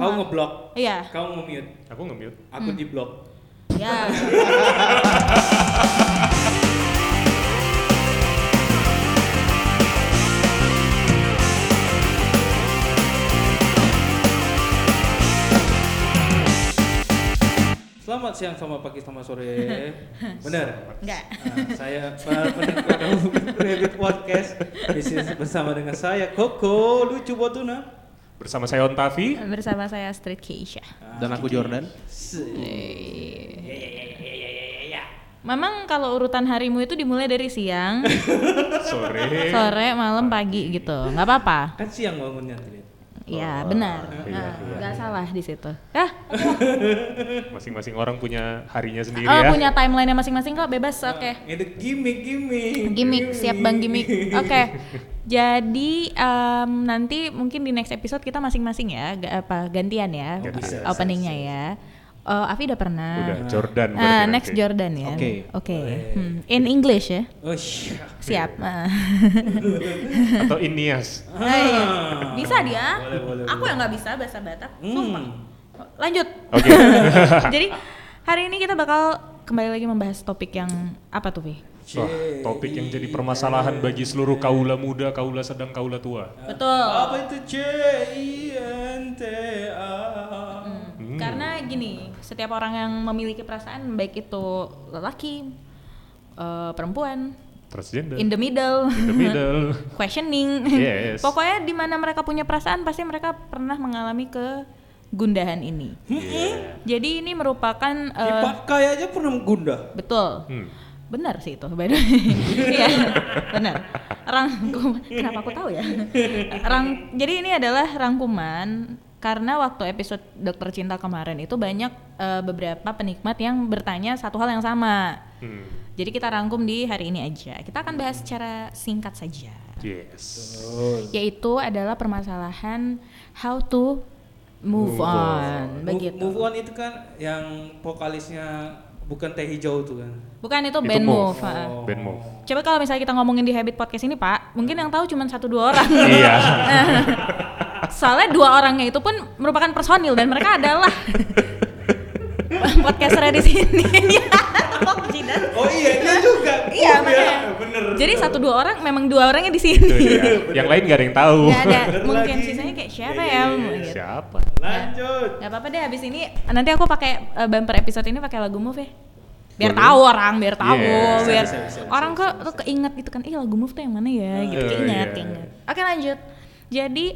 Kau ngeblok. Iya. Kau nge-mute. Aku nge-mute. Aku di-blok. Ya. Selamat siang, selamat pagi, selamat sore. Benar? Enggak. Saya penikmat Rabbit Podcast. Di sini bersama dengan saya Koko Lucu Botuna. Bersama saya Ontavi. Bersama saya Street Keisha. Dan aku Jordan. Memang kalau urutan harimu itu dimulai dari siang, sore, malam, pagi gitu. Nggak apa-apa. Kan siang bangunnya tadi. Iya, benar. iya. Nggak salah di situ. Ya. Masing-masing orang punya harinya sendiri Oh, ya. punya timeline-nya masing-masing kok, bebas. Oke. Itu gimmick. Gimmick, siap Bang gimmick. Oke. Jadi nanti mungkin di next episode kita masing-masing ya, gantian ya, Bisa, openingnya ya. Afi udah pernah. Udah, Jordan berarti Next nanti. Jordan ya. Oke. In English ya. Oh, Siap. Atau Inias. Iya. Bisa dia. Boleh. Aku yang nggak bisa bahasa Batak. Sumpah. Lanjut. Oke. Jadi hari ini kita bakal kembali lagi membahas topik yang apa tuh, Vi? Wah, topik yang jadi permasalahan bagi seluruh kaula muda, kaula sedang, kaula tua. Betul. Apa itu CINTA? Karena gini, setiap orang yang memiliki perasaan, baik itu lelaki, perempuan, Transgender. in the middle, questioning, Yes. pokoknya di mana mereka punya perasaan pasti mereka pernah mengalami kegundahan ini. Jadi ini merupakan Ipakai aja pernah menggundah. betul, benar sih itu, by the way. Iya, benar. Kenapa aku tahu ya? Jadi ini adalah rangkuman. Karena waktu episode Dokter Cinta kemarin itu banyak beberapa penikmat yang bertanya satu hal yang sama. Jadi kita rangkum di hari ini aja. Kita akan bahas secara singkat saja. Yes. Yaitu adalah permasalahan how to move on. Begitu. Move on itu kan yang vokalisnya bukan teh hijau tuh kan. Bukan itu Itu band Move. move. Band Move. Coba kalau misalnya kita ngomongin di Habit Podcast ini, Pak, mungkin yang tahu cuma 1-2 orang. Iya. Soalnya 2 orangnya itu pun merupakan personil dan mereka adalah podcaster di sini. Oh iya, dia juga. Iya, Oh, makanya. bener. Jadi 1-2 orang memang 2 orangnya di sini. Itu dia. Yang lain gak ada yang tahu. Gak ada. Bener Mungkin lagi. sisanya kayak siapa Iya, ya? iya, Gitu. Siapa? Lanjut. Gak apa-apa deh, abis ini nanti aku pakai bumper episode ini pakai lagu Move ya. Biar Boleh. tahu orang, biar tahu, Yes. biar Bisa. orang kok keinget gitu kan, lagu Move tuh yang mana ya, gitu keinget. iya. Oke, lanjut. Jadi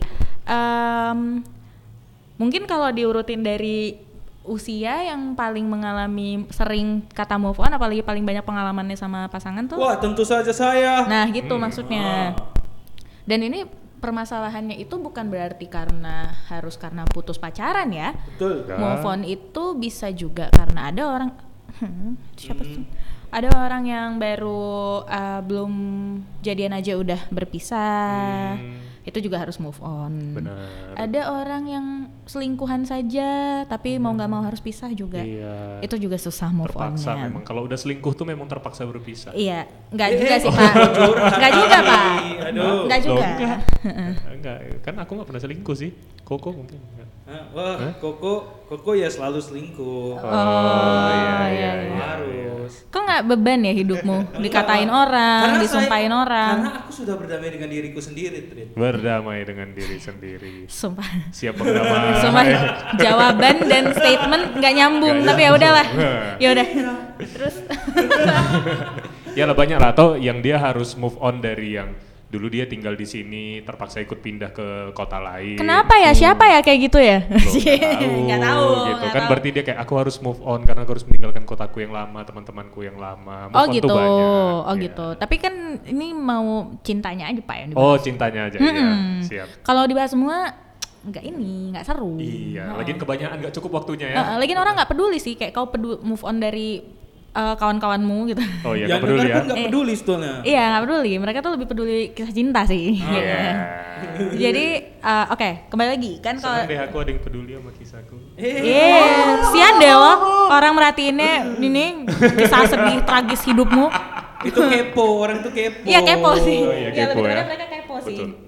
mungkin kalau diurutin dari usia yang paling mengalami sering kata move on, apalagi paling banyak pengalamannya sama pasangan tuh. Wah, tentu saja saya. Nah, gitu maksudnya. Dan ini permasalahannya itu bukan berarti karena putus pacaran ya. Betul. Move on itu bisa juga karena ada orang siapa sih? Ada orang yang baru belum jadian aja udah berpisah. Itu juga harus move on. Benar. Ada orang yang selingkuhan saja tapi mau nggak mau harus pisah juga. Iya. Itu juga susah move Terpaksa on-nya. memang. Kalau udah selingkuh tuh memang terpaksa berpisah. Iya, nggak juga sih Pak. Nggak juga Pak. Aduh. Nggak juga. Loh, enggak, kan aku nggak pernah selingkuh sih. Koko mungkin. Enggak. Wah, Koko ya selalu selingkuh. iya. Harus. Kok nggak beban ya hidupmu? Dikatain orang, disumpahin orang. Karena aku sudah berdamai dengan diriku sendiri, Trin. Berdamai dengan diri sendiri. Sumpah. Siap berdamai. Sumpah jawaban dan statement nggak nyambung, Nggak tapi ya udahlah. nyambung. Ya udah. Terus Ya lah banyak lah, atau yang dia harus move on dari yang dulu dia tinggal di sini terpaksa ikut pindah ke kota lain. kenapa ya? Siapa ya kayak gitu ya? Nggak Nggak tahu. gitu nggak kan tahu. berarti dia kayak aku harus move on karena aku harus meninggalkan kotaku yang lama, teman-temanku yang lama. Move Oh on gitu. tuh banyak. Oh Iya. gitu. Tapi kan ini mau cintanya aja Pak yang Oh dibahas. cintanya aja ya, siap. Kalau dibahas semua nggak seru. Iya, Heeh. lagian kebanyakan nggak cukup waktunya ya. Lagian orang nggak peduli sih kayak kau move on dari kawan-kawanmu gitu. Oh iya, Yang nggak peduli dengar ya. pun nggak peduli sebetulnya. Iya nggak peduli, mereka tuh lebih peduli kisah cinta sih. Iya. Jadi oke, kembali lagi kan kalau Senang deh aku ada yang peduli sama kisahku. sian deh lo orang merhatiinnya ini kisah sedih tragis hidupmu. Itu kepo, orang itu kepo. Iya kepo sih. Oh, iya, kepo lebih tepatnya ya. mereka kepo sih. Betul.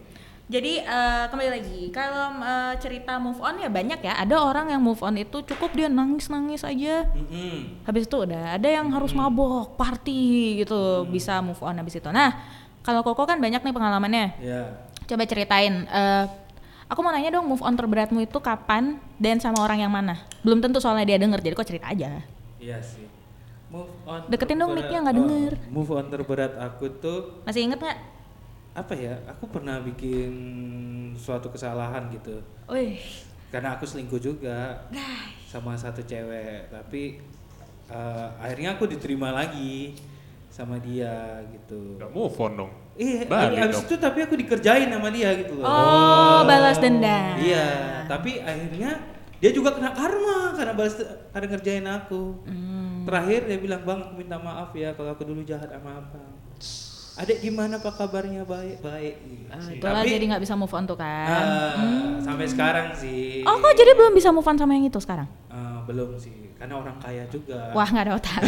Jadi kembali lagi, kalau cerita move on ya banyak ya. Ada orang yang move on itu cukup dia nangis-nangis aja. Habis itu udah ada yang harus mabok, party gitu, bisa move on habis itu. Nah, kalau Koko kan banyak nih pengalamannya. Ya. Coba ceritain. Aku mau nanya dong, move on terberatmu itu kapan dan sama orang yang mana? Belum tentu soalnya dia denger, jadi kok cerita aja. Iya sih. Move on. Deketin dong mic-nya, nggak denger. Move on terberat aku tuh Masih inget nggak? apa ya? Aku pernah bikin suatu kesalahan gitu. Wih, Karena aku selingkuh juga sama satu cewek, tapi akhirnya aku diterima lagi sama dia gitu. Udah move on dong. Iya, Balik abis dong. itu tapi aku dikerjain sama dia gitu loh. oh balas dendam. Iya, tapi akhirnya dia juga kena karma karena ngerjain aku. Terakhir dia bilang, "Bang, aku minta maaf ya kalau aku dulu jahat sama Abang. Adek gimana apa kabarnya? Baik." Itulah jadi nggak bisa move on tuh kan. Sampai sekarang sih. Oh kok jadi belum bisa move on sama yang itu sekarang? Belum sih, karena orang kaya juga. Wah nggak ada otak.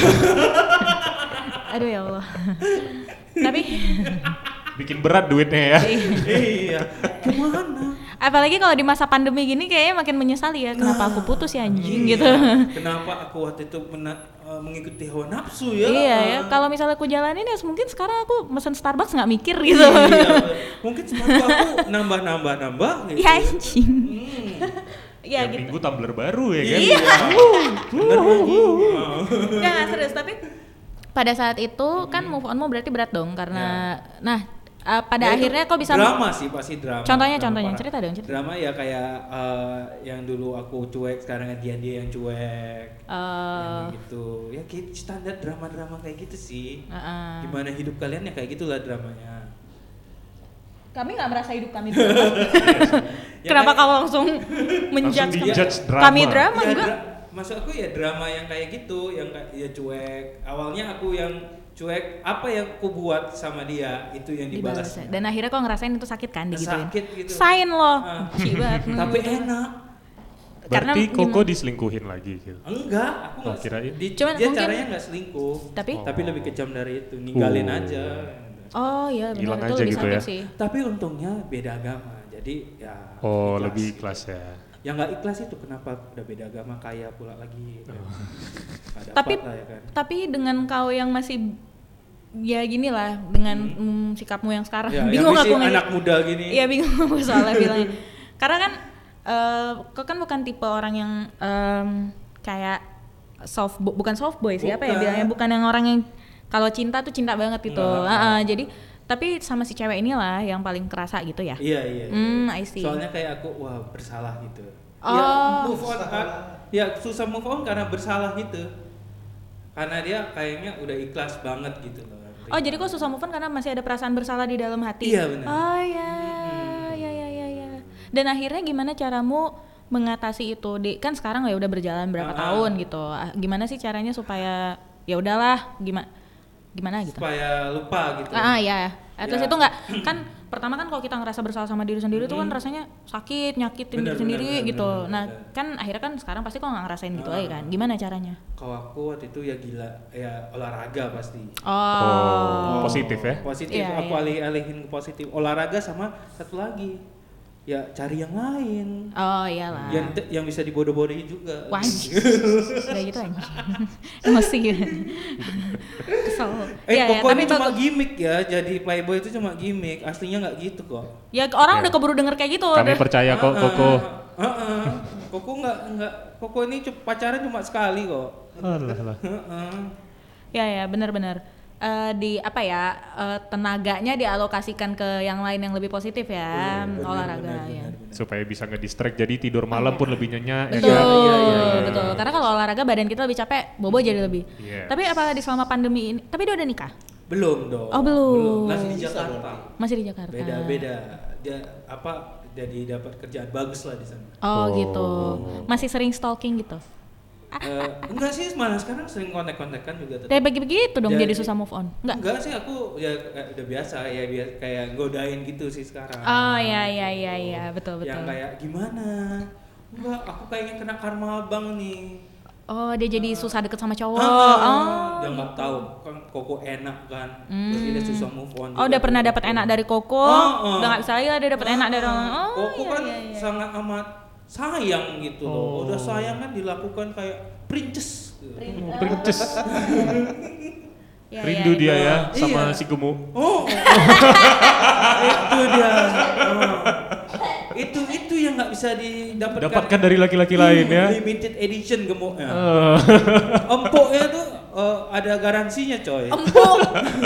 Aduh ya Allah. Tapi Bikin berat duitnya ya. Iya, gimana? apalagi kalau di masa pandemi gini kayaknya makin menyesali ya. Kenapa aku putus ya anjing gitu. Kenapa aku waktu itu mengikuti hawa nafsu ya? Iya ya. Kalau misalnya aku jalanin ya mungkin sekarang aku mesen Starbucks nggak mikir gitu. Iya, mungkin sepatu aku nambah gitu. Ya anjing. Iya Tiap gitu. minggu tumbler baru ya kan. Iya. Bener lagi. Nggak serius tapi pada saat itu kan move onmu berarti berat dong karena pada Ya, itu akhirnya kok bisa drama sih, pasti drama. Contohnya Drama parah. cerita dong cerita. Drama ya kayak yang dulu aku cuek, sekarang dia yang cuek. Yang gitu. Ya kayak standar drama-drama kayak gitu sih. Gimana hidup kalian ya kayak gitulah dramanya. Kami nggak merasa hidup kami drama. Ya Kenapa kayak- kau langsung menjudge dijudge drama. kami drama Ya, juga? maksud aku ya drama yang kayak gitu, yang kayak ya cuek. Awalnya aku yang cuek, apa yang aku buat sama dia itu yang dibalas. Dibalas ya. Dan akhirnya kau ngerasain itu sakit kan digituin. Sakit gitu. Sign loh. Ah. Cibat. Tapi enak. Karena Berarti Koko gimana? diselingkuhin lagi gitu. Enggak, aku Oh, kirain. Cuman dia mungkin- caranya nggak selingkuh. Tapi lebih kejam dari itu, ninggalin aja. oh iya benar Hilang itu aja lebih gitu sakit ya. sih. Tapi untungnya beda agama, jadi ya. Oh, ikhlas. lebih ikhlas ya. Yang nggak ikhlas itu kenapa udah beda agama kaya pula lagi. Nggak dapat Tapi lah ya kan. tapi dengan kau yang masih ya gini lah dengan sikapmu yang sekarang Ya, bingung yang aku masih anak muda gini. Iya bingung aku soalnya bilangnya. Karena kan kau kan bukan tipe orang yang kayak bukan soft boy sih apa ya Bukan. bilangnya, bukan yang orang yang kalau cinta tuh cinta banget gitu. Enggak. Jadi tapi sama si cewek inilah yang paling kerasa gitu ya. Iya. I see. Soalnya kayak aku wah bersalah gitu. Oh. Ya move on ya susah move on karena bersalah gitu. Karena dia kayaknya udah ikhlas banget gitu loh. Oh jadi kok susah move on karena masih ada perasaan bersalah di dalam hati. Iya, benar. Oh ya. Dan akhirnya gimana caramu mengatasi itu? Kan sekarang ya udah berjalan berapa tahun gitu. Gimana sih caranya supaya ya udahlah gimana gitu? Supaya lupa gitu. Ya. Terus Ya. itu nggak kan pertama kan kalau kita ngerasa bersalah sama diri sendiri itu kan rasanya sakit, nyakitin Benar, diri sendiri benar, gitu. benar, Nah, benar. kan akhirnya kan sekarang pasti kok nggak ngerasain gitu aja kan. Gimana caranya? Kalau aku waktu itu ya gila, ya olahraga pasti. Oh, positif ya. Positif, Iya, aku alih-alihin ke positif. Olahraga sama satu lagi, ya cari yang lain. Oh iyalah. Yang bisa dibodoh-bodohin juga. Wah, kayak gitu aja. Emosi gitu. Kesel. Koko tapi ini cuma bagus. gimmick ya, jadi playboy itu cuma gimmick, aslinya nggak gitu kok. Ya orang Ya. udah keburu denger kayak gitu. Kami udah. percaya kok Koko. Koko nggak, Koko ini pacaran cuma sekali kok. Alah. Ya benar-benar. Tenaganya dialokasikan ke yang lain yang lebih positif ya, olahraga ya. Supaya bisa ngedistract jadi tidur malam pun lebih nyenyak ya Betul, kan? betul. Karena kalau olahraga badan kita lebih capek, bobo jadi lebih. Yes. Tapi apalagi selama pandemi ini, tapi dia udah nikah? Belum dong. Oh, belum. Masih di Jakarta. Masih di Jakarta. Beda. Dia jadi dapat kerjaan bagus lah di sana. Oh, gitu. Masih sering stalking gitu. Enggak sih, malah sekarang sering kontak-kontakan juga tetap. Kayak begitu dong jadi Jadi- susah move on. Enggak sih, aku ya udah biasa ya kayak godain gitu sih sekarang. Oh ya betul. Yang kayak gimana? Enggak, aku kayaknya kena karma abang nih. Oh, dia jadi susah deket sama cowok. Dia nggak tahu kan Koko enak kan, jadi dia susah move on. Oh, udah pernah dapat enak dari Koko. Udah nggak bisa lagi lah dia dapat enak dari orang. Koko iya, kan iya. sangat amat sayang gitu loh. Udah sayang kan dilakukan kayak princess. Princess. Iya, Rindu iya. dia ya sama Iya. si gemuk. Itu dia. Itu yang nggak bisa Dapatkan dari laki-laki lain ya. Limited edition gemuknya. Empuknya tuh ada garansinya coy. Empuk.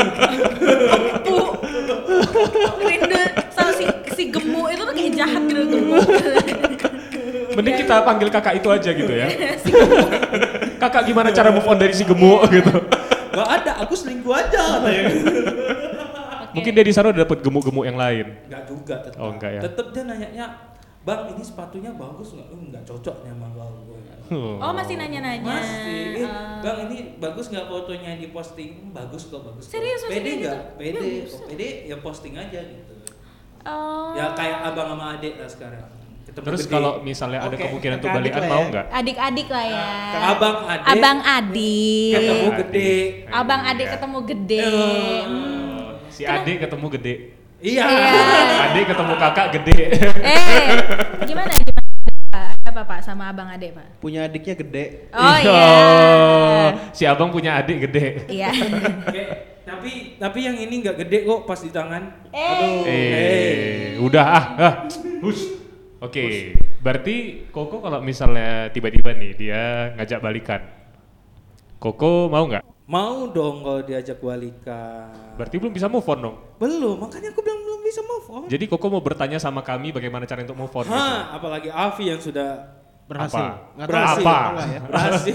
Rindu sama si gemuk itu tuh kayak jahat gitu gemuk. Mending kita panggil kakak itu aja gitu ya. Kakak gimana cara move on dari si gemuk gitu. Gak ada, aku selingkuh aja katanya. Mungkin dia di sana udah dapet gemuk-gemuk yang lain. Enggak juga tetap. Oh, enggak ya? Tetap dia nanyanya, "Bang, ini sepatunya bagus enggak?" Enggak cocok nih sama bang gue. Oh, masih nanya-nanya. Masih. Bang, ini bagus enggak fotonya yang diposting? Bagus kok, bagus. Serius, masih Pede kayak enggak? gitu? Pede. Ya, Kok pede ya posting aja gitu. Oh. Ya kayak abang sama adik lah sekarang. Ketemu Terus gede. kalau misalnya ada Oke, kemungkinan untuk kakak adik balikan lah mau ya. nggak? Adik-adik lah ya. Abang adik. Abang adik. Ketemu gede. Abang adik Iya. ketemu gede. Si adik ketemu gede. Iya. Adik ketemu kakak gede. Gimana Pak? Apa Pak sama abang adik Pak? Punya adiknya gede. Oh iya. Si abang punya adik gede. Iya. Oke, tapi yang ini nggak gede kok pas di tangan. Aduh. Udah Hush. Oke, berarti Koko kalau misalnya tiba-tiba nih dia ngajak balikan, Koko mau nggak? Mau dong kalau diajak balikan. Berarti belum bisa move on dong. Belum, makanya aku bilang belum bisa move on. Jadi Koko mau bertanya sama kami bagaimana cara untuk move on gitu. Apalagi Avi yang sudah Berhasil. Apa? Nggak tahu Berhasil. sih, nggak tahu lah ya. berhasil.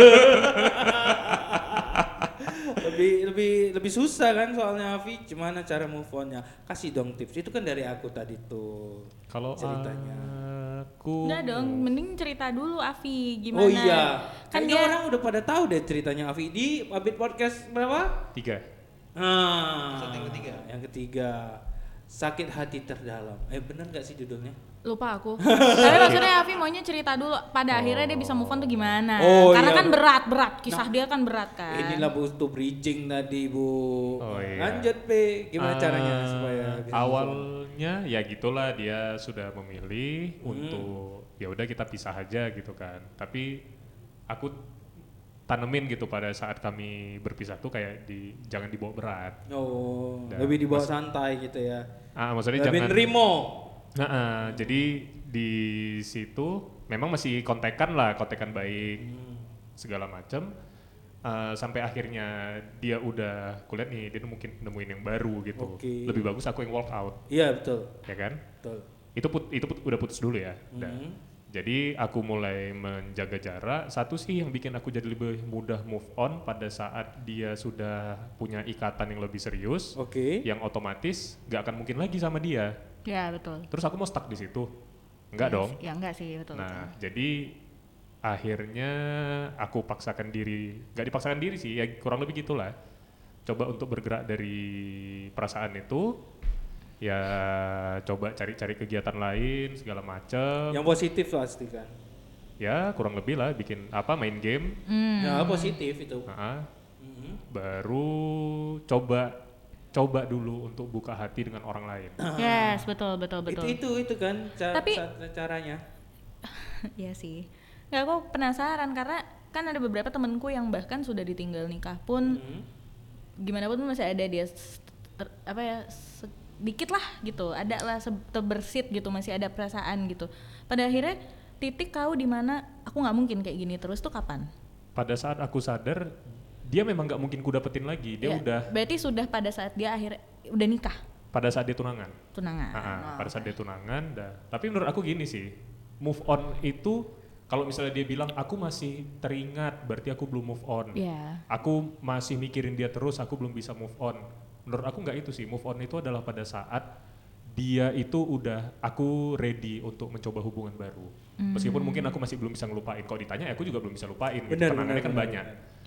lebih susah kan soalnya Avi, gimana cara move on-nya? Kasih dong tips. Itu kan dari aku tadi tuh. Kalau ceritanya. aku Enggak dong, mending cerita dulu Avi gimana. Oh iya. Kan Kayaknya dia orang udah pada tahu deh ceritanya Avi di Abit Podcast berapa? 3. Yang ketiga. Sakit hati terdalam. Bener gak sih judulnya? lupa aku. Tapi maksudnya Avi maunya cerita dulu pada akhirnya dia bisa move on tuh gimana. Oh, Karena iya. kan berat, kisah dia kan berat kan. Inilah butuh bridging tadi Bu. Oh, iya. Lanjut P, gimana caranya supaya bisa move on? awalnya ya gitulah dia sudah memilih untuk ya udah kita pisah aja gitu kan. Tapi aku tanemin gitu pada saat kami berpisah tuh kayak jangan dibawa berat. Oh, Dan lebih dibawa santai gitu ya. Maksudnya Lebih jangan. nerimo. Jadi di situ memang masih kontekan baik segala macam. Sampai akhirnya dia udah kulihat nih dia mungkin nemuin yang baru gitu. Oke. Lebih bagus aku yang walk out, Iya betul. ya kan? Betul. Itu udah putus dulu ya. Udah. Jadi aku mulai menjaga jarak. Satu sih yang bikin aku jadi lebih mudah move on pada saat dia sudah punya ikatan yang lebih serius, Oke. yang otomatis gak akan mungkin lagi sama dia. Ya betul. Terus aku mau stuck di situ? Enggak dong. Ya enggak sih betul. Nah, jadi akhirnya aku paksakan diri, gak dipaksakan diri sih, ya kurang lebih gitulah. Coba untuk bergerak dari perasaan itu, ya coba cari-cari kegiatan lain segala macam. Yang positif pasti kan. Ya kurang lebih lah, bikin main game. Ya positif itu. Baru coba dulu untuk buka hati dengan orang lain. Yes, betul. Itu kan Tapi- caranya. Iya sih. Nggak, aku penasaran karena kan ada beberapa temenku yang bahkan sudah ditinggal nikah pun gimana pun masih ada dia sedikit lah gitu, ada lah terbersit gitu, masih ada perasaan gitu. Pada akhirnya titik kau di mana aku nggak mungkin kayak gini terus tuh kapan? Pada saat aku sadar dia memang nggak mungkin ku dapetin lagi. Dia Ya, udah berarti sudah pada saat dia akhirnya udah nikah, pada saat dia tunangan. tunangan. Pada saat dia tunangan, tapi menurut aku gini sih, move on itu kalau misalnya dia bilang aku masih teringat, berarti aku belum move on. Iya. Aku masih mikirin dia terus, aku belum bisa move on. Menurut aku nggak itu sih, move on itu adalah pada saat dia itu udah aku ready untuk mencoba hubungan baru. Meskipun mungkin aku masih belum bisa ngelupain. Kalau ditanya, aku juga belum bisa lupain. Gitu. Kenangannya kan banyak.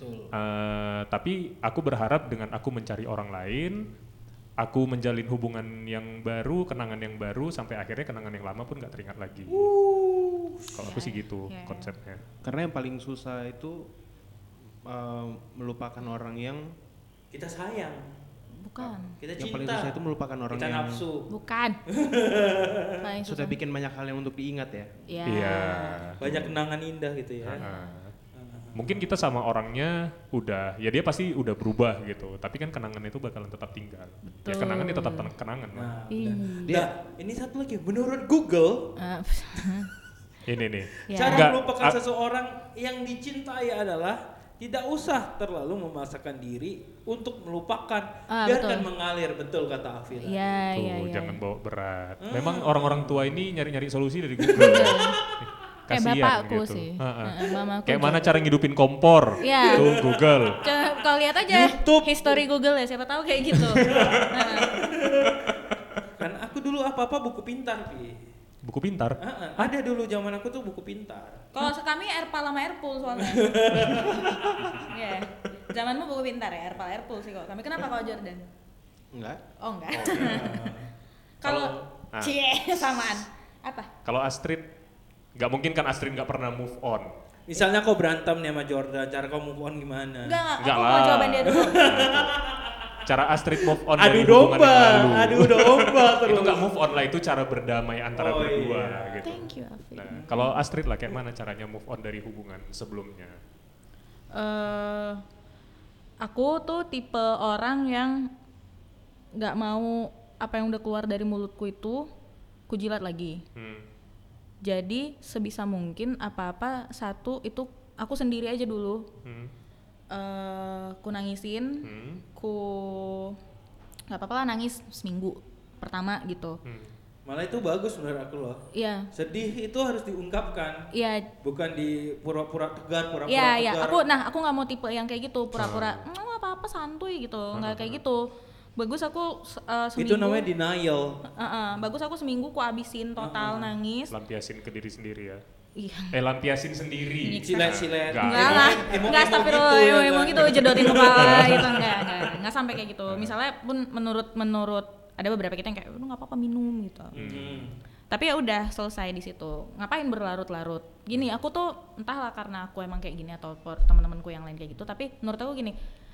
Tapi aku berharap dengan aku mencari orang lain, aku menjalin hubungan yang baru, kenangan yang baru, sampai akhirnya kenangan yang lama pun nggak teringat lagi. Kalau aku sih gitu Iya. konsepnya. Karena yang paling susah itu melupakan orang yang Kita sayang, Bukan. kita yang cinta, paling susah itu melupakan orang kita yang nafsu. Bukan. Paling sudah bikin banyak hal yang untuk diingat ya. Iya. Iya. Banyak kenangan indah gitu ya. Mungkin kita sama orangnya udah, ya dia pasti udah berubah gitu. Tapi kan kenangan itu bakalan tetap tinggal. Ya Betul. kenangan itu tetap kenangan. Nah, Ih. ini satu lagi, menurut Google, Eh, Ini nih. ya. cara Enggak, melupakan ah. seseorang yang dicintai adalah tidak usah terlalu memaksakan diri untuk melupakan, biarkan betul. mengalir, betul kata Afira. Iya, Tuh, iya, iya. jangan bawa berat. Memang orang-orang tua ini nyari-nyari solusi dari Google. Kayak Kasian bapakku gitu. sih. Heeh. Mamaku Kayak juga. mana cara ngidupin kompor? Iya. Tuh Google. Kalau lihat aja YouTube. history Google ya, siapa tahu kayak gitu. Heeh. Kan aku dulu apa-apa buku pintar, Pi. Buku pintar. Ada dulu zaman aku tuh buku pintar. Kalau kami Airpal sama Airpool soalnya. Iya. Zamanmu buku pintar ya, Airpal Airpool sih kok. Kami kenapa kalau Jordan? Enggak. Oh enggak. Kalau- Kalau cie samaan. Apa? Kalau Astrid, nggak mungkin kan Astrid nggak pernah move on. Misalnya kau berantem nih sama Jordan, cara kau move on gimana? Enggak, Enggak aku lah. mau jawaban dia dulu. Cara Astrid move on Adu dari hubungan domba, yang lalu. adu domba terus. Itu nggak move on lah, itu cara berdamai antara Oh, berdua iya. gitu. Thank you, Afi. Nah, kalau Astrid lah kayak mana caranya move on dari hubungan sebelumnya? Aku tuh tipe orang yang nggak mau apa yang udah keluar dari mulutku itu kujilat lagi. Jadi sebisa mungkin apa-apa satu itu aku sendiri aja dulu. Ku nangisin, ku nggak apa-apa lah nangis seminggu pertama gitu. Malah itu bagus menurut aku loh. Iya, Sedih itu harus diungkapkan, iya, bukan di pura-pura tegar, pura-pura iya, iya. tegar. Aku nggak mau tipe yang kayak gitu pura-pura apa-apa santuy gitu, nggak kayak gitu. Bagus aku seminggu. Itu namanya denial. Bagus aku seminggu ku abisin total nangis. Lampiasin ke diri sendiri ya. Iya. Lampiasin sendiri. Silet-silet. Enggak. Enggak lah, Emo-emo enggak gitu astagfirullah, ya, emo gitu jedotin kepala gitu, enggak sampai kayak gitu. Misalnya pun menurut ada beberapa kita yang kayak lu nggak apa-apa minum gitu. Tapi ya udah selesai di situ. Ngapain berlarut-larut? Gini, aku tuh entahlah karena aku emang kayak gini atau teman-temanku yang lain kayak gitu, tapi menurut aku gini,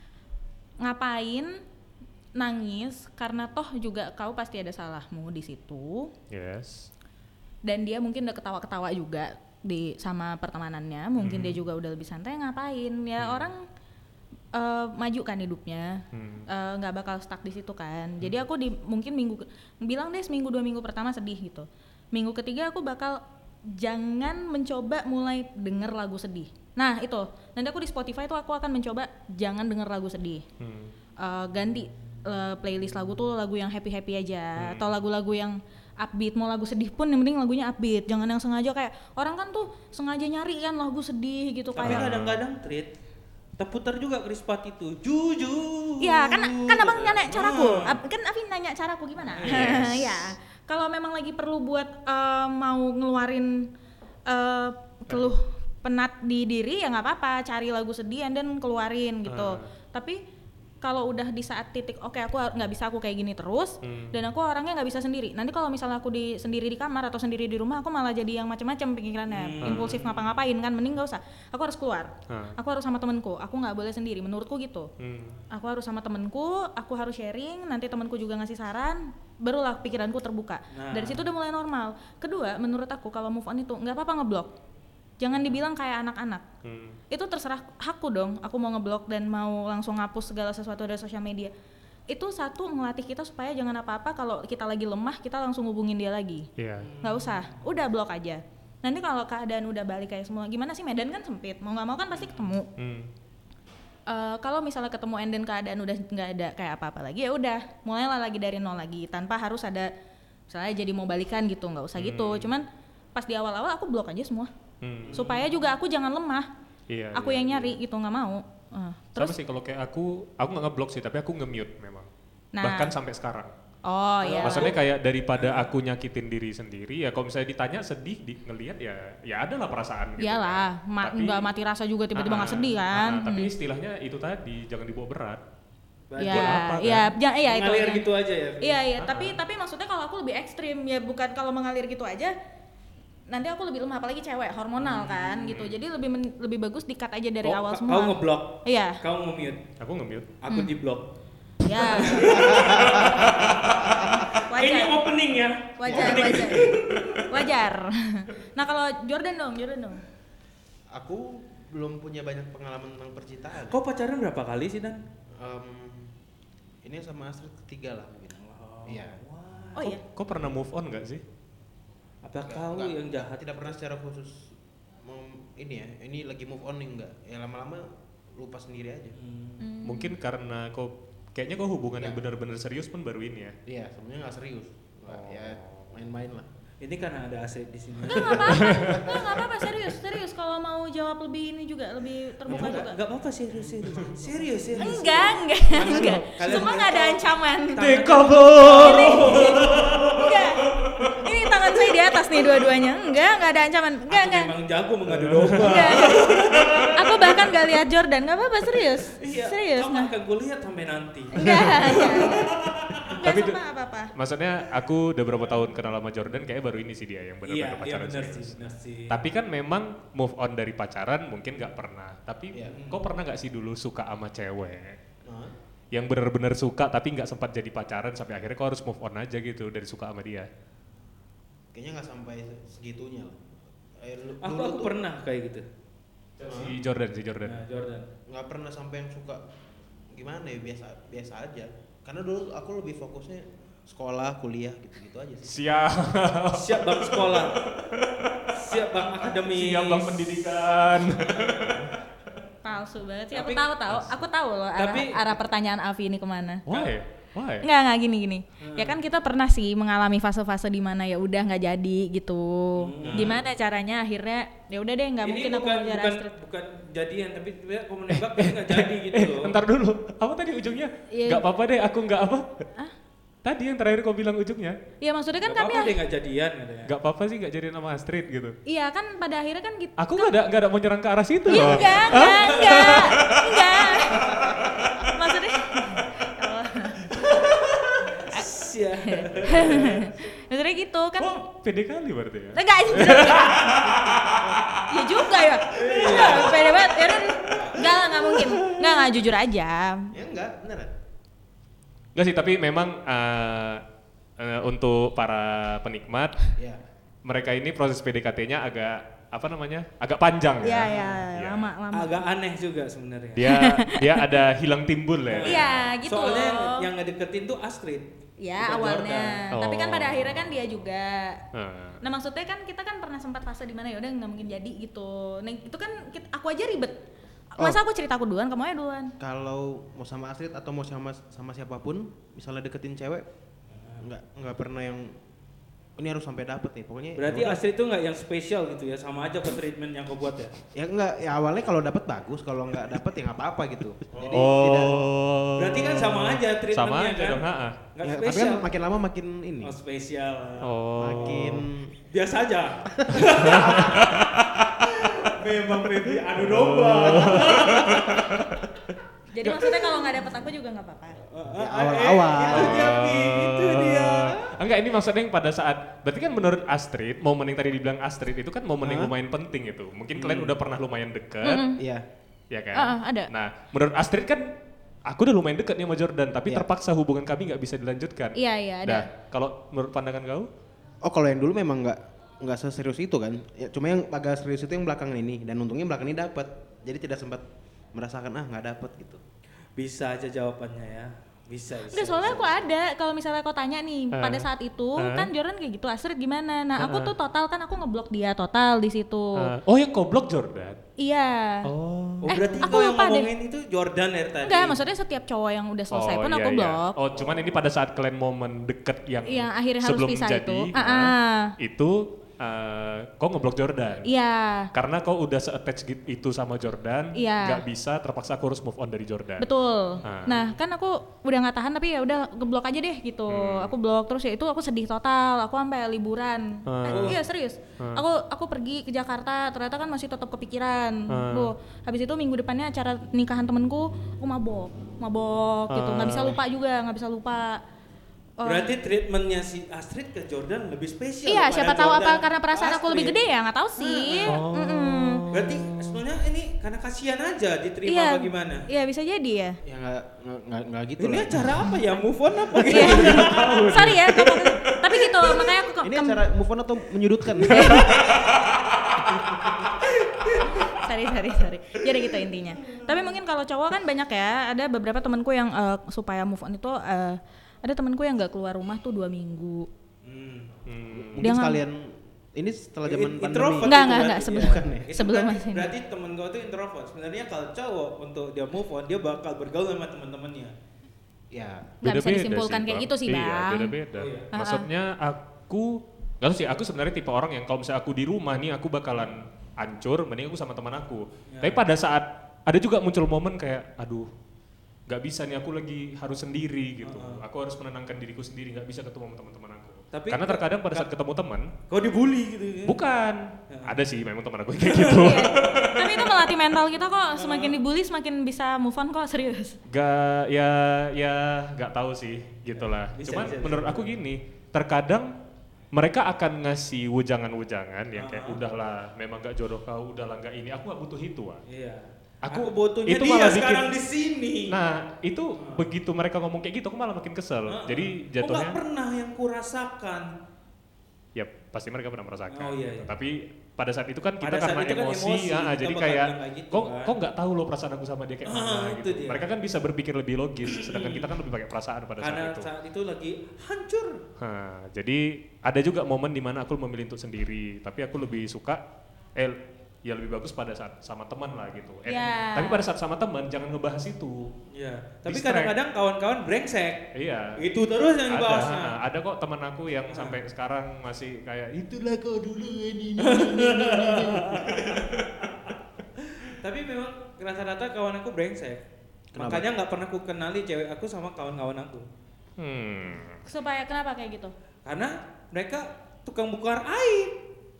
ngapain nangis karena toh juga kau pasti ada salahmu di situ. Yes. Dan dia mungkin udah ketawa-ketawa juga di sama pertemanannya, mungkin dia juga udah lebih santai, ngapain ya orang maju kan hidupnya, nggak bakal stuck di situ kan. Jadi aku mungkin bilang deh seminggu 2 minggu pertama sedih gitu, minggu ketiga aku bakal jangan mencoba mulai denger lagu sedih. Nah itu nanti aku di Spotify tuh aku akan mencoba jangan denger lagu sedih, ganti playlist lagu tuh lagu yang happy aja, atau lagu-lagu yang upbeat. Mau lagu sedih pun yang penting lagunya upbeat, jangan yang sengaja kayak orang kan tuh sengaja nyari kan lagu sedih gitu. Tapi kayak kadang-kadang treat terputar juga Krispati itu jujur. iya kan abang nanya caraku, kan Afi nanya caraku gimana. Yes. Ya kalau memang lagi perlu buat mau ngeluarin keluh penat di diri ya nggak apa-apa, cari lagu sedih dan keluarin gitu. Tapi kalau udah di saat titik oke, aku nggak bisa aku kayak gini terus, dan aku orangnya nggak bisa sendiri. Nanti kalau misalnya aku sendiri di kamar atau sendiri di rumah, aku malah jadi yang macam-macam pikirannya, impulsif ngapa-ngapain kan. Mending nggak usah. Aku harus keluar. Aku harus sama temenku. Aku nggak boleh sendiri. Menurutku gitu. Aku harus sama temenku. Aku harus sharing. Nanti temenku juga ngasih saran. Barulah pikiranku terbuka. Dari situ udah mulai normal. Kedua, menurut aku kalau move on itu nggak apa-apa ngeblok. Jangan dibilang kayak anak-anak. Itu terserah hakku dong. Aku mau ngeblok dan mau langsung ngapus segala sesuatu dari sosial media. Itu satu ngelatih kita supaya jangan apa-apa kalau kita lagi lemah kita langsung hubungin dia lagi. Iya. Nggak usah, udah blok aja. Nanti kalau keadaan udah balik kayak semula, gimana sih Medan kan sempit. Mau nggak mau kan pasti ketemu. Kalau misalnya ketemu and then keadaan udah nggak ada kayak apa-apa lagi, ya udah mulailah lagi dari nol lagi tanpa harus ada misalnya jadi mau balikan gitu, nggak usah gitu. Cuman pas di awal-awal aku blok aja semua. Supaya juga aku jangan lemah. Iya. Aku yang nyari gitu, nggak mau. Terus sih kalau kayak aku nggak ngeblok sih, tapi aku nge-mute memang. Nah. Bahkan sampai sekarang. Oh iya. Maksudnya kayak daripada aku nyakitin diri sendiri ya, kalau misalnya ditanya sedih ngelihat ya ada lah perasaan gitu. Iyalah, kan. nggak mati rasa juga tiba-tiba nggak sedih kan. Tapi istilahnya itu tadi jangan dibawa berat. Iya, Buat apa, kan? iya itu. Mengalir ya. gitu aja ya. Iya, tapi maksudnya kalau aku lebih ekstrim ya, bukan kalau mengalir gitu aja. nanti aku lebih lemah, apalagi cewek hormonal kan gitu. Jadi lebih bagus di-cut aja dari awal semua. Kau ngeblok. Iya. Kau nge-mute. Aku nge-mute. Aku di-blok. Ya. Ini Wajar. opening ya. Wajar. Nah, kalau Jordan dong. Aku belum punya banyak pengalaman tentang percintaan. Kau pacaran berapa kali sih, Dan? Ini sama Astrid ketiga lah mungkin. Iya. Oh iya. Kok pernah move on nggak sih? Apa kau Enggak, yang jahat? Tidak pernah secara khusus ini ya. Ini lagi move on nih enggak. Ya lama-lama lupa sendiri aja. Mungkin karena kayaknya kok hubungan yang benar-benar serius pun baru ini ya. Iya, sebenarnya nggak serius. Nggak, ya main-main lah. Ini karena ada Astrid di sini. Enggak apa-apa, serius. Kalau mau jawab lebih ini juga, lebih terbuka juga. Enggak apa-apa, serius. Enggak. Semua nggak ada ancaman. Enggak. Ini tangan saya di atas nih dua-duanya. Enggak ada ancaman. Enggak. Memang jago mengadu domba. Enggak. Aku bahkan gak lihat Jordan. Enggak apa-apa, serius. Iya, Serius. kamu akan gue lihat sampai nanti. Enggak. Tapi Enggak apa-apa. Maksudnya aku udah berapa tahun kenal sama Jordan, kayaknya baru ini sih dia yang benar-benar pacaran bener serius. sih. Tapi kan memang move on dari pacaran mungkin nggak pernah. Tapi Iya. kok pernah nggak sih dulu suka sama cewek? Nah, Yang benar-benar suka tapi nggak sempat jadi pacaran sampai akhirnya kok harus move on aja gitu dari suka sama dia. kayaknya nggak sampai segitunya lah. Aku pernah kayak gitu. Si Jordan. Nah, Jordan. Nggak pernah sampai yang suka gimana ya, biasa aja. Karena dulu aku lebih fokusnya sekolah, kuliah gitu-gitu aja sih. Siap bang sekolah. Siap bang akademis. Siap bang pendidikan. Palsu banget sih. Tapi- Aku tahu loh arah pertanyaan Avi ini kemana. Why? Enggak gini. Ya kan kita pernah sih mengalami fase-fase di mana ya udah nggak jadi gitu. Gimana caranya akhirnya ya udah deh nggak Ini mungkin aku bukan, ngejar bukan, Astrid. bukan jadian, tapi sebenarnya aku menembak tapi nggak jadi gitu loh. Ntar dulu, apa tadi ujungnya? Iya. Gak apa-apa deh, aku nggak apa. Tadi yang terakhir kau bilang ujungnya, Ya maksudnya kan Nggak kami apa-apa deh nggak jadian katanya. gak apa-apa sih gak jadi nama Astrid gitu. iya kan pada akhirnya kan gitu. Aku nggak ada mau nyerang ke arah situ Iya, loh. enggak. Maksudnya Siap. maksudnya gitu kan. Kok pede kali berarti ya? Enggak. Ya juga ya. Pede banget. Ya kan. Enggak mungkin. Enggak jujur aja. Ya enggak, beneran. Enggak sih, tapi memang untuk para penikmat, Ya. mereka ini proses PDKT-nya agak panjang ya. Iya, Iya. lama. Agak aneh juga sebenarnya. Dia ada hilang timbul ya. Iya, gitu Soalnya loh. yang ngedeketin tuh Astrid. Ya bukan awalnya, Jordan. tapi kan Oh. pada akhirnya kan dia juga. Nah, Nah maksudnya kan kita kan pernah sempat fase di mana ya udah nggak mungkin jadi gitu. Nah itu kan aku aja ribet. Masa aku cerita aku duluan, kamu aja duluan. Kalau mau sama Astrid atau mau sama siapapun, misalnya deketin cewek, nggak pernah yang ini harus sampai dapet nih. Pokoknya Berarti ya udah. Astrid tuh nggak yang spesial gitu ya, sama aja ke treatment yang kau buat ya. Ya enggak, ya awalnya kalau dapet bagus, kalau nggak dapet ya nggak apa-apa gitu. Jadi Berarti kan sama aja treatmentnya sama aja kan. dong, Nggak ya, tapi spesial. kan makin lama makin ini. Oh spesial. Makin Biasa aja. Memang baby adu domba. Jadi maksudnya kalau nggak dapet aku juga nggak apa-apa. Ya, awal-awal. Itu dia. Enggak, ini maksudnya yang pada saat, berarti kan menurut Astrid, momen yang tadi dibilang Astrid itu kan momen yang lumayan penting itu. Mungkin kalian udah pernah lumayan deket, Iya. ya kan? Ada. Nah, menurut Astrid kan, aku udah lumayan deket nih sama Jordan, tapi Iya. terpaksa hubungan kami nggak bisa dilanjutkan. Iya, ada. Nah, kalau menurut pandangan kau? Oh kalau yang dulu memang nggak seserius itu kan. Ya, cuma yang agak serius itu yang belakangan ini, dan untungnya belakangan ini dapat. Jadi tidak sempat merasakan nggak dapat gitu. Bisa aja jawabannya ya. Bisa. Enggak, soalnya aku ada, kalau misalnya kau tanya nih, pada saat itu kan Jordan kayak gitu, Astrid gimana? Nah aku tuh total kan aku ngeblok dia total di situ. Oh, yang kau blok Jordan? Iya. Oh. Oh berarti aku kau yang lupa deh. ngomongin itu Jordan dari tadi. Enggak, maksudnya setiap cowok yang udah selesai pun aku iya. blok. Oh, cuman ini pada saat kalian momen deket yang Iya, akhirnya harus sebelum pisah jadi, itu. itu kau ngeblok Jordan. Iya. Karena kau udah se-attach itu sama Jordan, Iya. nggak bisa, terpaksa aku harus move on dari Jordan. Betul. Ah. Nah, kan aku udah nggak tahan tapi ya udah ngeblok aja deh gitu. Aku blok terus ya itu aku sedih total. Aku sampai liburan. Iya serius. Aku pergi ke Jakarta ternyata kan masih tetap kepikiran. Duh, habis itu minggu depannya acara nikahan temenku, aku mabok gitu. Nggak bisa lupa juga, nggak bisa lupa. Berarti treatmentnya si Astrid ke Jordan lebih spesial. Iya, daripada siapa tahu apa Jordan karena perasaan ke aku lebih Astrid. gede ya, nggak tahu sih. Berarti sebenarnya ini karena kasihan aja diterima Iya, apa gimana? iya bisa jadi ya. Ya nggak gitu Ini lah. acara apa ya? Move on apa gitu? Iya. Sorry ya, tapi gitu makanya aku Ini acara move on atau menyudutkan? sorry. Jadi gitu intinya. Tapi mungkin kalau cowok kan banyak ya. Ada beberapa temanku yang supaya move on itu ada temanku yang nggak keluar rumah tuh 2 minggu. Mungkin Dia nggak- sekalian ini setelah zaman pandemi. Introvert Enggak, itu enggak, berarti sebelum- ya. nih. Itu sebelum berarti, masih ini. berarti temen gue tuh introvert. Sebenarnya kalau cowok untuk dia move on, dia bakal bergaul sama teman-temannya. Ya. Nggak bisa Beda-beda disimpulkan kayak Bang. gitu sih, Iya, Bang. beda-beda. Oh, iya. Maksudnya aku nggak tahu sih, aku sebenarnya tipe orang yang kalau misalnya aku di rumah nih aku bakalan hancur, mending aku sama teman aku. Ya. Tapi pada saat ada juga muncul momen kayak, aduh, nggak bisa nih, aku lagi harus sendiri gitu. Aku harus menenangkan diriku sendiri, nggak bisa ketemu sama teman-teman aku. Tapi Karena terkadang pada saat ketemu teman, Kau dibully gitu ya? bukan, ada sih memang teman aku yang kayak gitu. Iya. Tapi itu melatih mental kita kok. Semakin dibully semakin bisa move on kok, serius. Gak, ya nggak tahu sih, gitulah. Bisa, Cuman bisa, menurut bisa. aku gini, terkadang mereka akan ngasih wujangan-wujangan yang kayak udahlah, memang gak jodoh kau, udahlah nggak ini. Aku nggak butuh itu, Wak. Iya. Aku butuhnya itu dia malah sekarang bikin- di sini. Nah, itu begitu mereka ngomong kayak gitu, aku malah makin kesel. Jadi Kok nggak jatuhnya, pernah yang kurasakan? ya pasti mereka pernah merasakan. Oh, iya, iya. Tapi pada saat itu kan kita Pada saat karena itu kan emosi, emosi, kita jadi bakal kayak bilang kayak gitu, kok kan. kok nggak tahu lo perasaan aku sama dia kayak mana itu gitu. dia. Mereka kan bisa berpikir lebih logis, sedangkan kita kan lebih pakai perasaan pada Karena saat itu. saat itu lagi hancur. Jadi ada juga momen dimana aku memilih untuk sendiri, tapi aku lebih suka, ya lebih bagus pada saat sama teman lah gitu. Ya. Tapi pada saat sama teman jangan ngebahas itu. Iya. Tapi Distract. kadang-kadang kawan-kawan brengsek. Iya. Itu terus yang dibahasnya. Ada kok teman aku yang sampai sekarang masih kayak itulah kau dulu ini. Tapi memang rata-rata kawan aku brengsek. Kenapa? Makanya nggak pernah aku kenali cewek aku sama kawan-kawan aku. Supaya kenapa kayak gitu? Karena mereka tukang bongkar aib.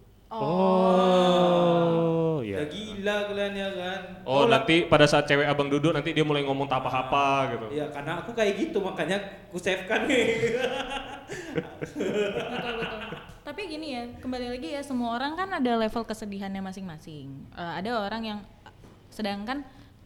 Oh, Ya iya. gila kalian ya kan. Oh, Kau lah- nanti pada saat cewek abang duduk nanti dia mulai ngomong tak apa-apa gitu. Iya, karena aku kayak gitu makanya aku save kan nih. Betul. Tapi gini ya, kembali lagi ya, semua orang kan ada level kesedihannya masing-masing. Ada orang yang sedangkan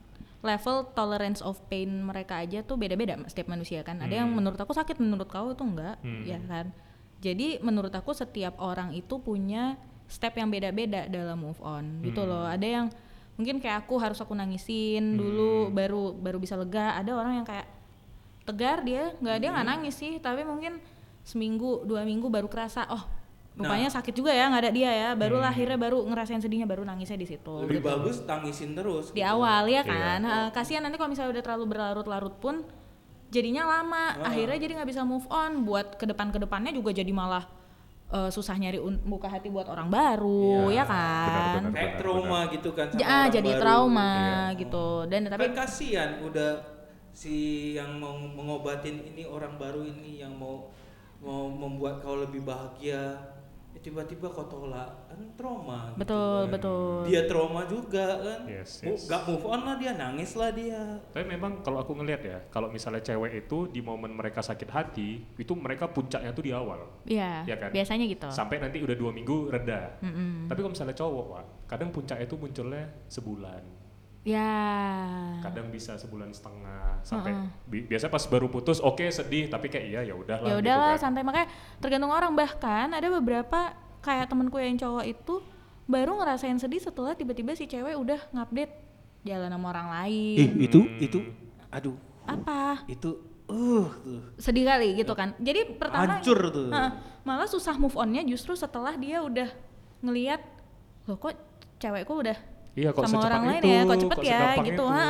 level tolerance of pain mereka aja tuh beda-beda setiap manusia kan. Ada yang menurut aku sakit, menurut kau itu enggak, ya kan. Jadi menurut aku setiap orang itu punya step yang beda-beda dalam move on gitu loh. Ada yang mungkin kayak aku aku nangisin dulu baru bisa lega. Ada orang yang kayak tegar dia nggak nangis sih, tapi mungkin seminggu 2 minggu baru kerasa rupanya sakit juga ya nggak ada dia ya, barulah akhirnya baru ngerasain sedihnya, baru nangisnya di situ. Lebih gitu. bagus tangisin terus. Di gitu. awal ya kan. Kasihan nanti kalau misalnya udah terlalu berlarut-larut pun jadinya lama, akhirnya jadi nggak bisa move on. Buat kedepannya juga jadi malah susah nyari buka hati buat orang baru, ya kan. benar. Kayak trauma gitu kan sama Ja, orang jadi baru. trauma gitu. Dan tapi Kan kasihan udah si yang mau mengobatin ini orang baru ini yang mau membuat kau lebih bahagia, tiba-tiba kau tolak, kan trauma. gitu betul kan. betul. Dia trauma juga kan. Yes. Gak move on lah dia, nangis lah dia. Tapi memang kalau aku ngelihat ya, kalau misalnya cewek itu di momen mereka sakit hati, itu mereka puncaknya tuh di awal. Iya, Ya kan? biasanya gitu. Sampai nanti udah 2 minggu reda. Tapi kalau misalnya cowok, Wak, kadang puncaknya itu munculnya sebulan. Ya. Kadang bisa sebulan setengah sampai biasanya pas baru putus oke sedih tapi kayak ya udahlah Ya gitu udahlah kan. santai, makanya tergantung orang. Bahkan ada beberapa kayak temenku yang cowok itu baru ngerasain sedih setelah tiba-tiba si cewek udah ngupdate jalan sama orang lain. Itu aduh, Apa? itu tuh. Sedih kali gitu kan. Jadi pertama Hancur tuh. malah susah move onnya justru setelah dia udah ngelihat loh kok cewekku udah Iya, kok sama secepat orang lain itu, ya, kok cepet kok ya segampang gitu. itu.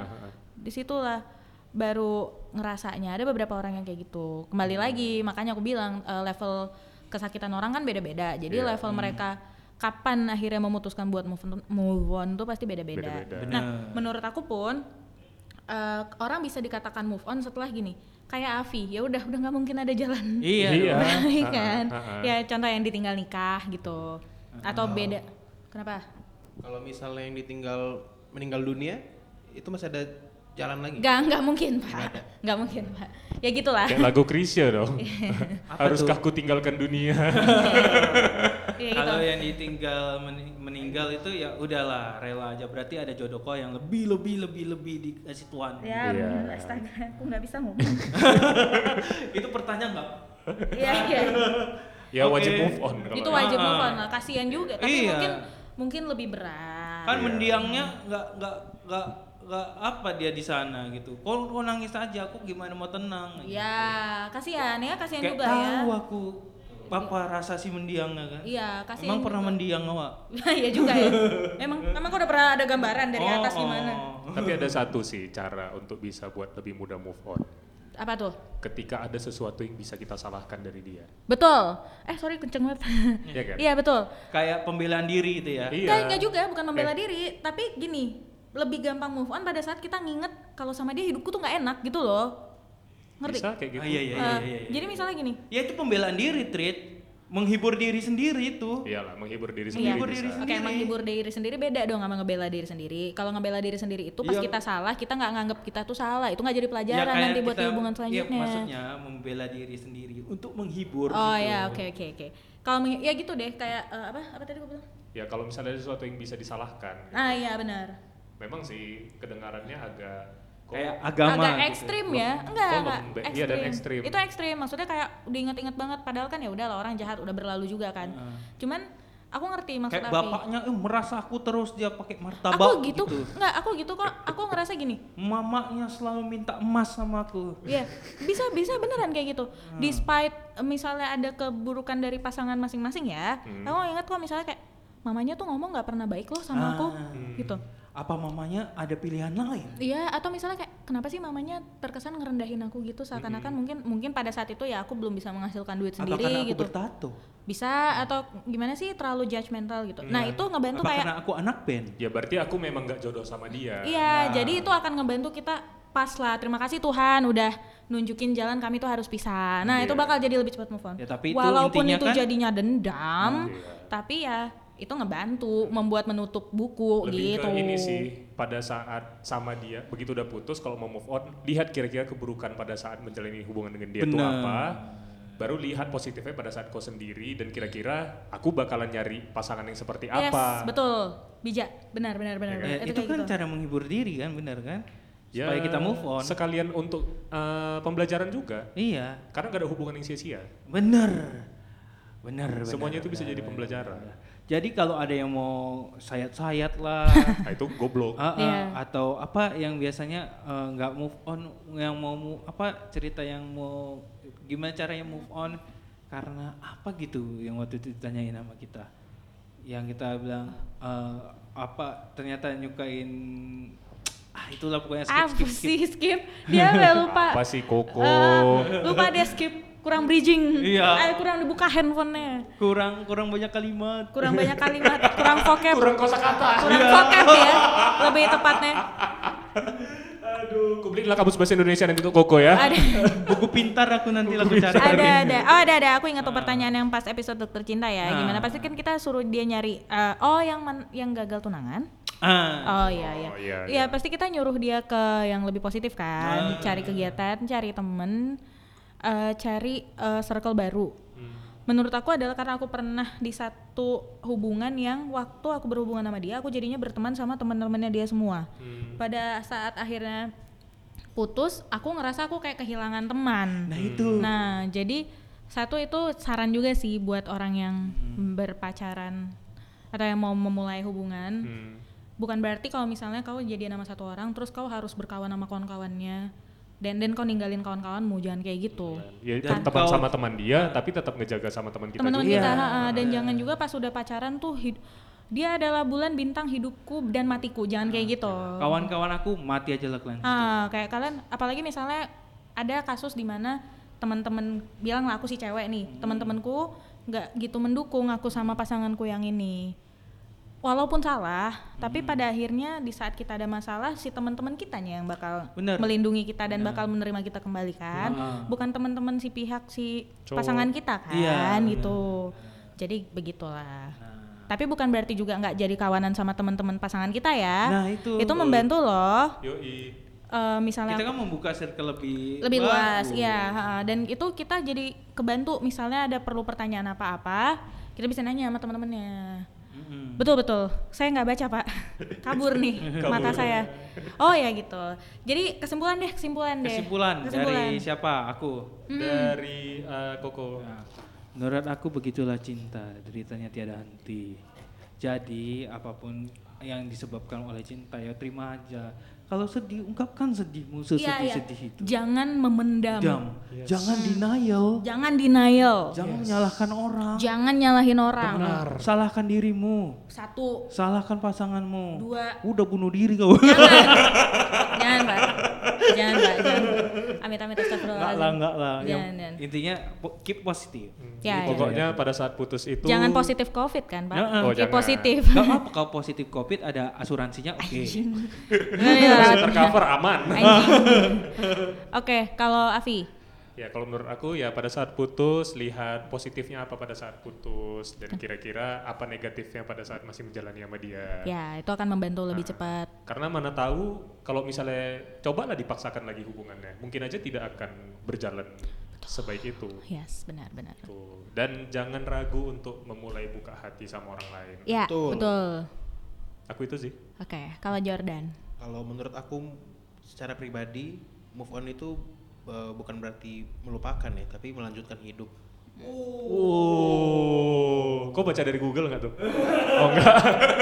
Disitulah baru ngerasanya. Ada beberapa orang yang kayak gitu. Kembali lagi, makanya aku bilang level kesakitan orang kan beda-beda. Jadi Iya. level mereka kapan akhirnya memutuskan buat move on tuh pasti beda-beda. Beda-beda. Nah, menurut aku pun orang bisa dikatakan move on setelah gini. Kayak Avi, ya udah nggak mungkin ada jalan. Iya. Balik kan. Ha. Ya contoh yang ditinggal nikah gitu. Atau beda. Kenapa? Kalau misalnya yang meninggal dunia itu masih ada jalan lagi. Nggak mungkin Pak. Nggak mungkin Pak. Ya gitulah. Kayak lagu Krisya dong. Apa Haruskah tuh? ku tinggalkan dunia? Iya gitu. Kalau yang ditinggal meninggal itu ya udahlah, rela aja. Berarti ada jodoh kau yang lebih dikasih Tuhan. Ya, Iya. astaga, aku nggak bisa ngomong. Itu pertanyaan nggak? Iya. Ya Oke. wajib move on. kalau Itu ya. wajib move on lah, kasihan juga. Tapi Iya. mungkin lebih berat. Kan Iya. mendiangnya nggak apa dia di sana gitu. Kau nangis aja, aku gimana mau tenang? Ya, kasihan Kayak juga ya. tahu aku apa rasa si mendiangnya kan? Iya, kasihan. Emang pernah juga. mendiang awak? Iya juga ya. Emang kau udah pernah ada gambaran dari atas gimana? Tapi ada satu sih cara untuk bisa buat lebih mudah move on. Apa tuh? Ketika ada sesuatu yang bisa kita salahkan dari dia. Betul. Sorry kenceng banget. Iya kan? Iya betul. Kayak pembelaan diri itu ya? Iya. Enggak juga, bukan membela diri, tapi gini, lebih gampang move on pada saat kita nginget kalau sama dia hidupku tuh nggak enak gitu loh. Ngerti? Bisa kayak gitu. Ah, iya. Jadi misalnya gini, Ya itu pembelaan diri, Trit. Menghibur diri sendiri itu. Iyalah, menghibur diri Iya. sendiri Menghibur bisa. diri oke sendiri. menghibur diri sendiri beda dong sama ngebela diri sendiri. Kalau ngebela diri sendiri itu pas Iya. kita salah, kita nggak nganggap kita tuh salah, itu nggak jadi Ya, pelajaran kayak nanti buat di kita- hubungan Iya, selanjutnya. maksudnya membela diri sendiri untuk menghibur. Oh gitu. ya, oke. Kalau ya gitu deh, kayak apa tadi gue bilang? Ya kalau misalnya ada sesuatu yang bisa disalahkan. gitu. Ah iya benar. Memang sih kedengarannya agak Kayak agama. Agak gitu. ekstrim ya, enggak lembek. Iya, dan ekstrim. Itu ekstrim, maksudnya kayak udah inget-inget banget, padahal kan ya udah lah orang jahat udah berlalu juga kan. Cuman aku ngerti maksud Kayak Afi. bapaknya merasa aku terus dia pakai martabak Aku gitu, enggak aku gitu kok. Aku ngerasa gini, Mamanya selalu minta emas sama aku. ya bisa beneran kayak gitu. Despite misalnya ada keburukan dari pasangan masing-masing ya, aku ingat kok misalnya kayak mamanya tuh ngomong nggak pernah baik loh sama aku, gitu. Apa mamanya ada pilihan lain? Iya, atau misalnya kayak kenapa sih mamanya terkesan ngerendahin aku gitu, seakan-akan mungkin pada saat itu ya aku belum bisa menghasilkan duit Apa sendiri karena aku gitu. bertato? Bisa atau gimana sih terlalu judgmental gitu. Nah, itu ngebantu Apa kayak karena aku anak band? ya berarti aku memang nggak jodoh sama dia. iya, jadi itu akan ngebantu kita pas lah. Terima kasih Tuhan udah nunjukin jalan kami tuh harus pisah. Nah, itu bakal jadi lebih cepat move on. Ya, tapi itu walaupun intinya itu kan- jadinya dendam, Iya. tapi ya itu ngebantu membuat menutup buku Lebih gitu. ke ini sih, pada saat sama dia begitu udah putus, kalau mau move on lihat kira-kira keburukan pada saat menjalani hubungan dengan dia itu Bener. apa, baru lihat positifnya pada saat kau sendiri, dan kira-kira aku bakalan nyari pasangan yang seperti Yes, apa. betul. Bijak. Benar. Ya kan? Itu kayak kan gitu. cara menghibur diri kan, benar kan? Ya, Supaya kita move on. sekalian untuk pembelajaran juga, Iya, karena gak ada hubungan yang sia-sia. benar. Semuanya itu bisa jadi pembelajaran. Jadi kalau ada yang mau sayat-sayat lah, Nah itu goblok. Iya. atau apa yang biasanya nggak move on, yang mau apa cerita yang mau gimana caranya move on karena apa gitu, yang waktu itu ditanyain sama kita, yang kita bilang apa ternyata nyukain itulah pokoknya skip. Dia lupa. Apa sih Koko? Lupa dia skip, kurang bridging. Iya. Kurang dibuka handphonenya. kurang banyak kalimat. Kurang banyak kalimat, kurang vocab. Kurang kosakata. Kurang vocab ya, lebih tepatnya. Aduh, aku beliinlah kamus bahasa Indonesia nanti untuk Koko ya. Ada, Buku pintar aku nanti langsung cari. ada. Oh ada. Aku ingat tuh pertanyaan yang pas episode Dokter Cinta ya. Gimana? Pasti kan kita suruh dia nyari. Yang gagal tunangan. Oh iya. Iya pasti kita nyuruh dia ke yang lebih positif kan. Cari kegiatan, cari temen, cari circle baru. Menurut aku adalah karena aku pernah di satu hubungan yang waktu aku berhubungan sama dia, aku jadinya berteman sama teman-temannya dia semua. Pada saat akhirnya putus, aku ngerasa aku kayak kehilangan teman. Nah itu. Nah, jadi satu itu saran juga sih buat orang yang berpacaran atau yang mau memulai hubungan. Bukan berarti kalau misalnya kau jadian sama satu orang terus kau harus berkawan sama kawan-kawannya dan kau ninggalin kawan-kawanmu, jangan kayak gitu. Ya Dan teman kau- sama teman dia, tapi tetap ngejaga sama teman kita Teman-teman juga. kita dan jangan juga pas udah pacaran tuh dia adalah bulan bintang hidupku dan matiku, jangan kayak gitu. Kawan-kawan aku mati aja lah kalian. Kayak kalian apalagi misalnya ada kasus di mana teman-teman bilang lah aku si cewek nih, teman-temanku nggak gitu mendukung aku sama pasanganku yang ini. Walaupun salah, tapi pada akhirnya di saat kita ada masalah si teman-teman kitanya yang bakal Bener. melindungi kita dan bakal menerima kita kembali kan, bukan teman-teman si pihak si pasangan kita kan, Iya, gitu. Jadi begitulah. Tapi bukan berarti juga nggak jadi kawanan sama teman-teman pasangan kita ya. Nah, itu. membantu loh. Yoi. misalnya Kita kan membuka circle lebih luas, bagus. ya. Dan itu kita jadi kebantu misalnya ada perlu pertanyaan apa-apa, kita bisa nanya sama teman-temannya. Betul. Saya nggak baca Pak, kabur nih mata saya. Oh ya gitu. Jadi kesimpulan deh. Kesimpulan dari siapa? Aku. Dari Koko. Nah, menurut aku begitulah cinta, deritanya tiada henti. Jadi apapun yang disebabkan oleh cinta ya terima aja. Kalau sedih, ungkapkan sedihmu sesedih-sedih itu. Jangan memendam. Jangan denial. Jangan denial. Jangan menyalahkan orang. Jangan nyalahin orang. Benar. Salahkan dirimu. 1. Salahkan pasanganmu. 2. Udah bunuh diri kau. Jangan Pak. Jangan. Amit-amit astagfirullahaladzim. Enggak lah. Jangan. Intinya keep positif. Ya. Pokoknya pada saat putus itu Jangan positif COVID kan Pak. Jangan. Keep jangan. positif. Gak apa kalau positif COVID ada asuransinya oke. masih tercover aman. Oke, kalau Afi? Ya kalau menurut aku ya pada saat putus lihat positifnya apa pada saat putus dan kira-kira apa negatifnya pada saat masih menjalani sama dia. Ya, itu akan membantu lebih cepat. Karena mana tahu kalau misalnya cobalah dipaksakan lagi hubungannya, mungkin aja tidak akan berjalan sebaik itu. Yes, benar. Tuh. Dan jangan ragu untuk memulai buka hati sama orang lain. Ya, betul. Aku itu sih. Oke, kalau Jordan? Kalau menurut aku secara pribadi move on itu bukan berarti melupakan ya, tapi melanjutkan hidup. Oh, kok baca dari Google nggak tuh? Oh enggak.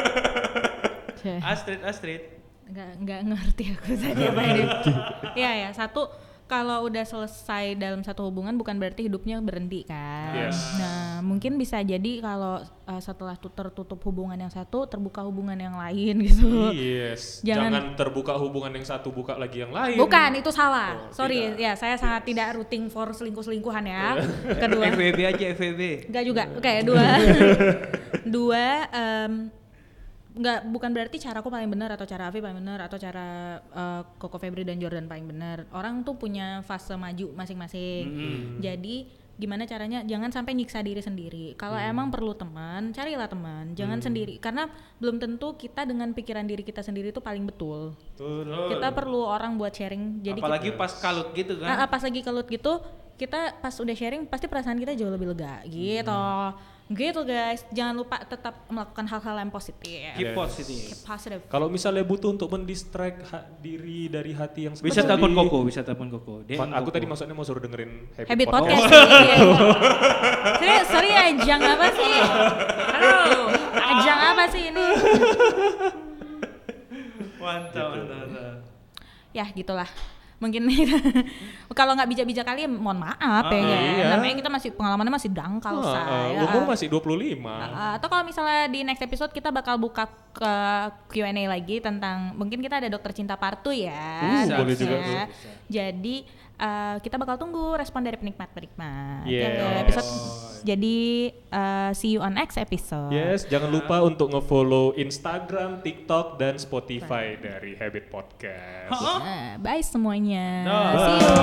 Astrid. Nggak ngerti aku tadi apa ini. Ya, satu, kalau udah selesai dalam satu hubungan bukan berarti hidupnya berhenti kan. Yes. Nah, mungkin bisa jadi kalau setelah tertutup hubungan yang satu, terbuka hubungan yang lain gitu. Yes. Jangan terbuka hubungan yang satu, buka lagi yang lain. Bukan, itu salah. Oh, Sorry, tidak. ya saya sangat tidak rooting for selingkuh-selingkuhan ya. Kedua. FWB aja FWB. Enggak juga. Oke, dua bukan berarti caraku paling benar atau cara Afi paling benar atau cara Koko Febri dan Jordan paling benar. Orang tuh punya fase maju masing-masing. Jadi gimana caranya jangan sampai nyiksa diri sendiri. Kalau emang perlu teman, carilah teman. Jangan sendiri karena belum tentu kita dengan pikiran diri kita sendiri itu paling betul. Kita perlu orang buat sharing. Jadi apalagi pas kalut gitu kan. pas lagi kalut gitu, kita pas udah sharing pasti perasaan kita jauh lebih lega gitu. Gitu guys, jangan lupa tetap melakukan hal-hal yang positif. Keep positif. Keep positive. Kalau misalnya butuh untuk mendistract diri dari hati yang Bisa telepon Koko. Dia Aku tadi maksudnya mau suruh dengerin Habit podcast sih. Iya. Sorry ajang apa sih? Aduh, ajang apa sih ini? Mantap. Ya gitulah. Mungkin kalau nggak bijak-bijak kali mohon maaf ya. Iya. Namanya kita masih pengalamannya masih dangkal saya. Umur masih 25. Atau kalau misalnya di next episode kita bakal buka ke Q&A lagi tentang mungkin kita ada dokter cinta part 2 ya. Boleh juga Ya. tuh. Jadi kita bakal tunggu respon dari penikmat-penikmat. Yes. Ya, episode. Jadi see you on next episode. Yes, jangan lupa untuk nge-follow Instagram, TikTok, dan Spotify dari Habit Podcast. Bye semuanya. Bye. See you.